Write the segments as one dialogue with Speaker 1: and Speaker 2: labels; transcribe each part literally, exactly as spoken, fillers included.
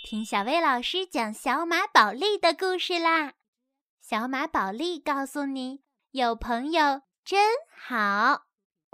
Speaker 1: 听小薇老师讲小马宝莉的故事啦！小马宝莉告诉你，有朋友真好。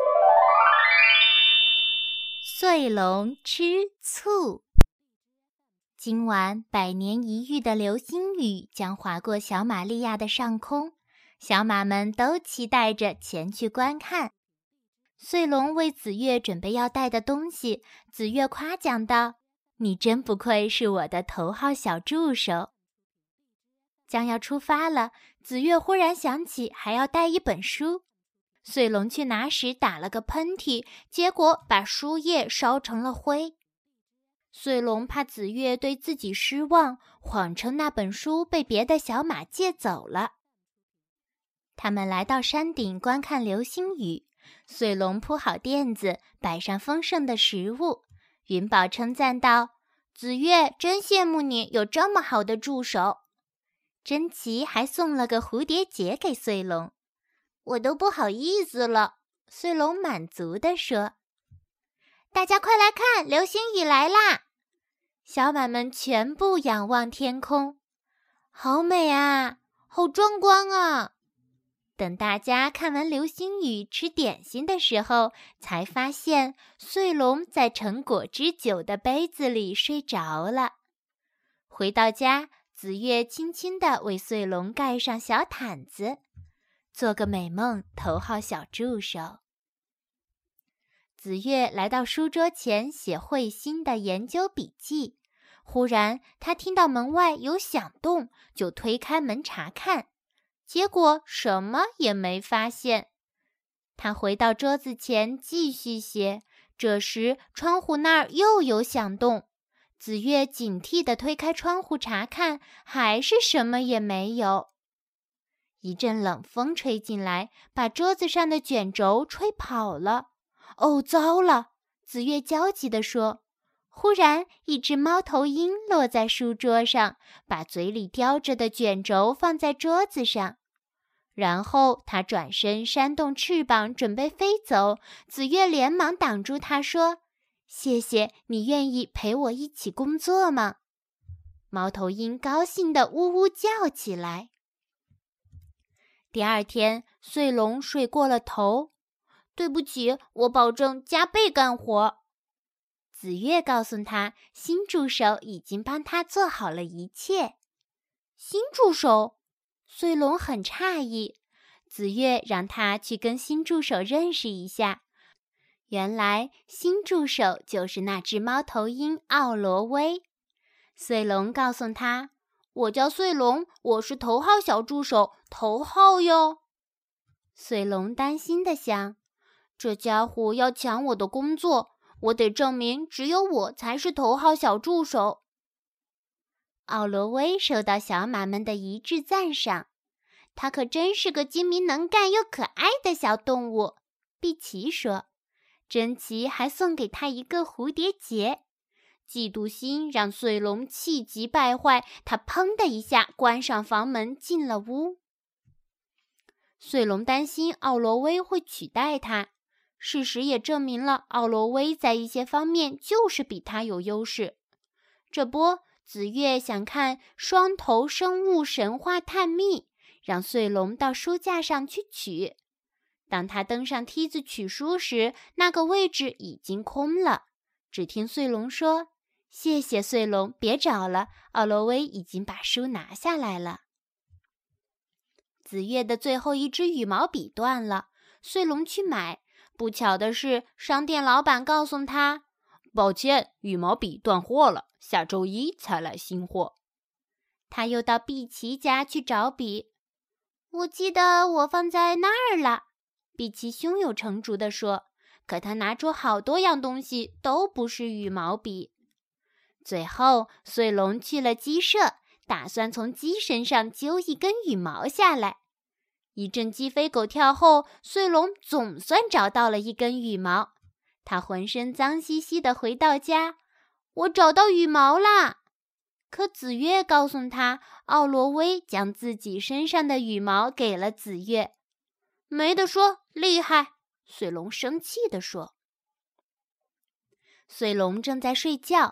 Speaker 1: 穗龙吃醋。今晚百年一遇的流星雨将划过小马利亚的上空，小马们都期待着前去观看。穗龙为紫月准备要带的东西，紫月夸奖道：“你真不愧是我的头号小助手。”将要出发了，紫月忽然想起还要带一本书。穗龙去拿时打了个喷嚏，结果把书页烧成了灰。穗龙怕紫月对自己失望，谎称那本书被别的小马借走了。他们来到山顶观看流星雨，穗龙铺好垫子，摆上丰盛的食物。云宝称赞道：“紫月，真羡慕你有这么好的助手。”珍奇还送了个蝴蝶结给穗龙。我都不好意思了，穗龙满足地说。大家快来看，流星雨来啦！小马们全部仰望天空，好美啊，好壮观啊！等大家看完流星雨吃点心的时候，才发现穗龙在盛果汁酒的杯子里睡着了。回到家，紫月轻轻地为穗龙盖上小毯子，做个美梦，头号小助手。紫月来到书桌前写慧心的研究笔记，忽然他听到门外有响动，就推开门查看，结果什么也没发现。他回到桌子前继续写，这时窗户那儿又有响动。紫月警惕地推开窗户查看，还是什么也没有。一阵冷风吹进来，把桌子上的卷轴吹跑了。哦，糟了！紫月焦急地说。忽然，一只猫头鹰落在书桌上，把嘴里叼着的卷轴放在桌子上。然后他转身扇动翅膀准备飞走，紫月连忙挡住他说：“谢谢，你愿意陪我一起工作吗？”猫头鹰高兴地呜呜叫起来。第二天，穗龙睡过了头。对不起，我保证加倍干活。紫月告诉他，新助手已经帮他做好了一切。新助手？穗龙很诧异。紫月让他去跟新助手认识一下。原来新助手就是那只猫头鹰奥罗威。穗龙告诉他，我叫穗龙，我是头号小助手，头号哟。穗龙担心地想，这家伙要抢我的工作，我得证明只有我才是头号小助手。奥罗威受到小马们的一致赞赏，他可真是个精明能干又可爱的小动物，碧琪说。珍奇还送给他一个蝴蝶结。嫉妒心让穗龙气急败坏，他砰的一下关上房门进了屋。穗龙担心奥罗威会取代他，事实也证明了奥罗威在一些方面就是比他有优势。这不，紫月想看《双头生物神话探秘》，让穗龙到书架上去取。当他登上梯子取书时，那个位置已经空了。只听穗龙说：“谢谢穗龙，别找了，奥罗威已经把书拿下来了。”紫月的最后一支羽毛笔断了，穗龙去买。不巧的是，商店老板告诉他：“抱歉，羽毛笔断货了，下周一才来新货。”他又到碧琪家去找笔。我记得我放在那儿了，碧琪胸有成竹地说。可他拿出好多样东西，都不是羽毛笔。最后，穗龙去了鸡舍，打算从鸡身上揪一根羽毛下来。一阵鸡飞狗跳后，穗龙总算找到了一根羽毛。他浑身脏兮兮地回到家，我找到羽毛啦！可紫月告诉他，奥罗威将自己身上的羽毛给了紫月。没得说，厉害！穗龙生气地说。穗龙正在睡觉，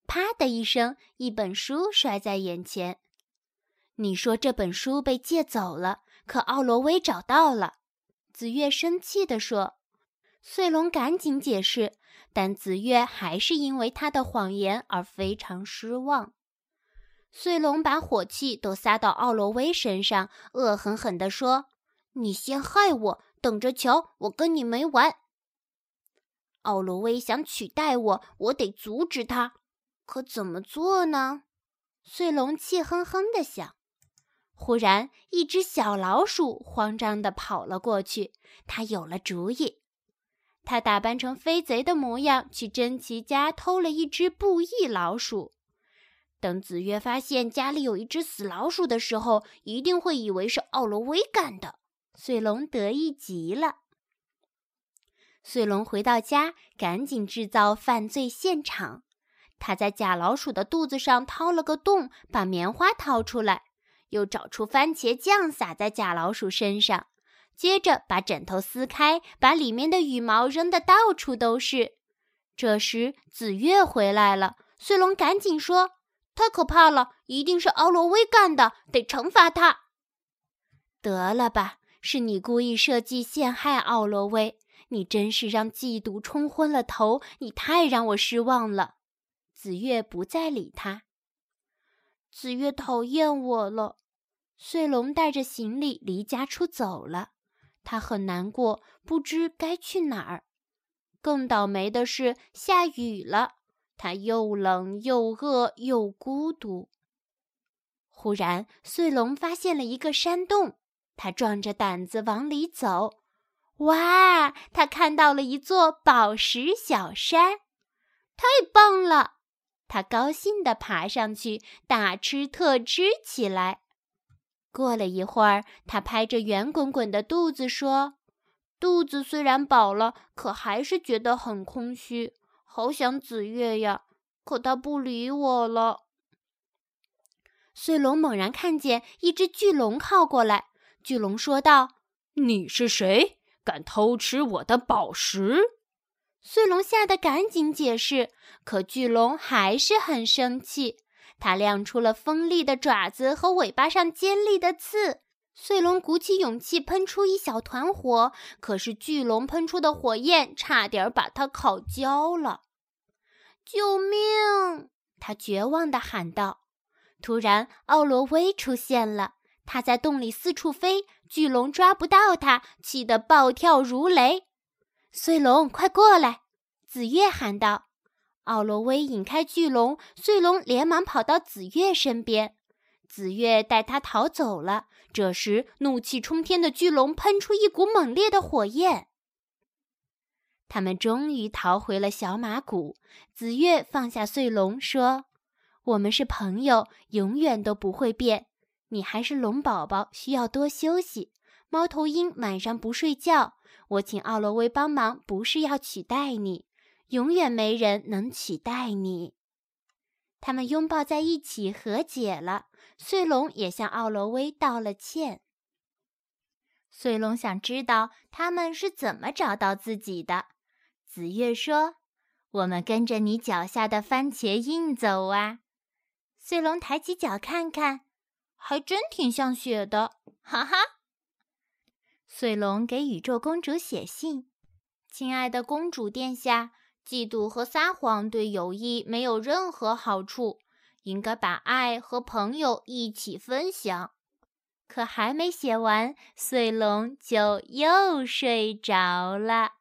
Speaker 1: 啪的一声，一本书摔在眼前。你说这本书被借走了，可奥罗威找到了。紫月生气地说。穗龙赶紧解释，但紫月还是因为他的谎言而非常失望。穗龙把火气都撒到奥罗威身上，恶狠狠地说：“你先害我，等着瞧，我跟你没完。”奥罗威想取代我，我得阻止他。可怎么做呢？穗龙气哼哼地想。忽然，一只小老鼠慌张地跑了过去，它有了主意。他打扮成飞贼的模样，去珍奇家偷了一只布艺老鼠。等紫月发现家里有一只死老鼠的时候，一定会以为是奥罗威干的。穗龙得意极了。穗龙回到家，赶紧制造犯罪现场。他在假老鼠的肚子上掏了个洞，把棉花掏出来，又找出番茄酱撒在假老鼠身上。接着把枕头撕开，把里面的羽毛扔得到处都是。这时紫月回来了，穗龙赶紧说：“太可怕了，一定是奥罗威干的，得惩罚他。”得了吧，是你故意设计陷害奥罗威，你真是让嫉妒冲昏了头，你太让我失望了。紫月不再理他。紫月讨厌我了。穗龙带着行李离家出走了。他很难过，不知该去哪儿。更倒霉的是，下雨了。他又冷又饿又孤独。忽然，穗龙发现了一个山洞，他壮着胆子往里走。哇！他看到了一座宝石小山，太棒了！他高兴地爬上去，大吃特吃起来。过了一会儿，他拍着圆滚滚的肚子说：“肚子虽然饱了，可还是觉得很空虚，好想紫月呀，可他不理我了。”穗龙猛然看见一只巨龙靠过来，巨龙说道：“
Speaker 2: 你是谁？敢偷吃我的宝石？”
Speaker 1: 穗龙吓得赶紧解释，可巨龙还是很生气。它亮出了锋利的爪子和尾巴上尖利的刺。穗龙鼓起勇气喷出一小团火，可是巨龙喷出的火焰差点把它烤焦了。救命！他绝望地喊道。突然，奥罗威出现了，他在洞里四处飞，巨龙抓不到他，气得暴跳如雷。穗龙，快过来！紫月喊道。奥罗威引开巨龙，穗龙连忙跑到紫月身边。紫月带他逃走了。这时，怒气冲天的巨龙喷出一股猛烈的火焰。他们终于逃回了小马谷。紫月放下穗龙，说：“我们是朋友，永远都不会变。你还是龙宝宝，需要多休息。猫头鹰晚上不睡觉，我请奥罗威帮忙，不是要取代你。永远没人能取代你。”他们拥抱在一起和解了，穗龙也向奥罗威道了歉。穗龙想知道他们是怎么找到自己的。紫月说：“我们跟着你脚下的番茄印走啊。”穗龙抬起脚看看，还真挺像雪的，哈哈。穗龙给宇宙公主写信：“亲爱的公主殿下，嫉妒和撒谎对友谊没有任何好处，应该把爱和朋友一起分享。”可还没写完，穗龙就又睡着了。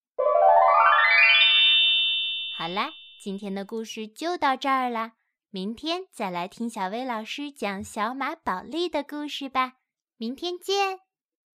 Speaker 1: 好啦，今天的故事就到这儿啦，明天再来听小薇老师讲小马宝莉的故事吧。明天见。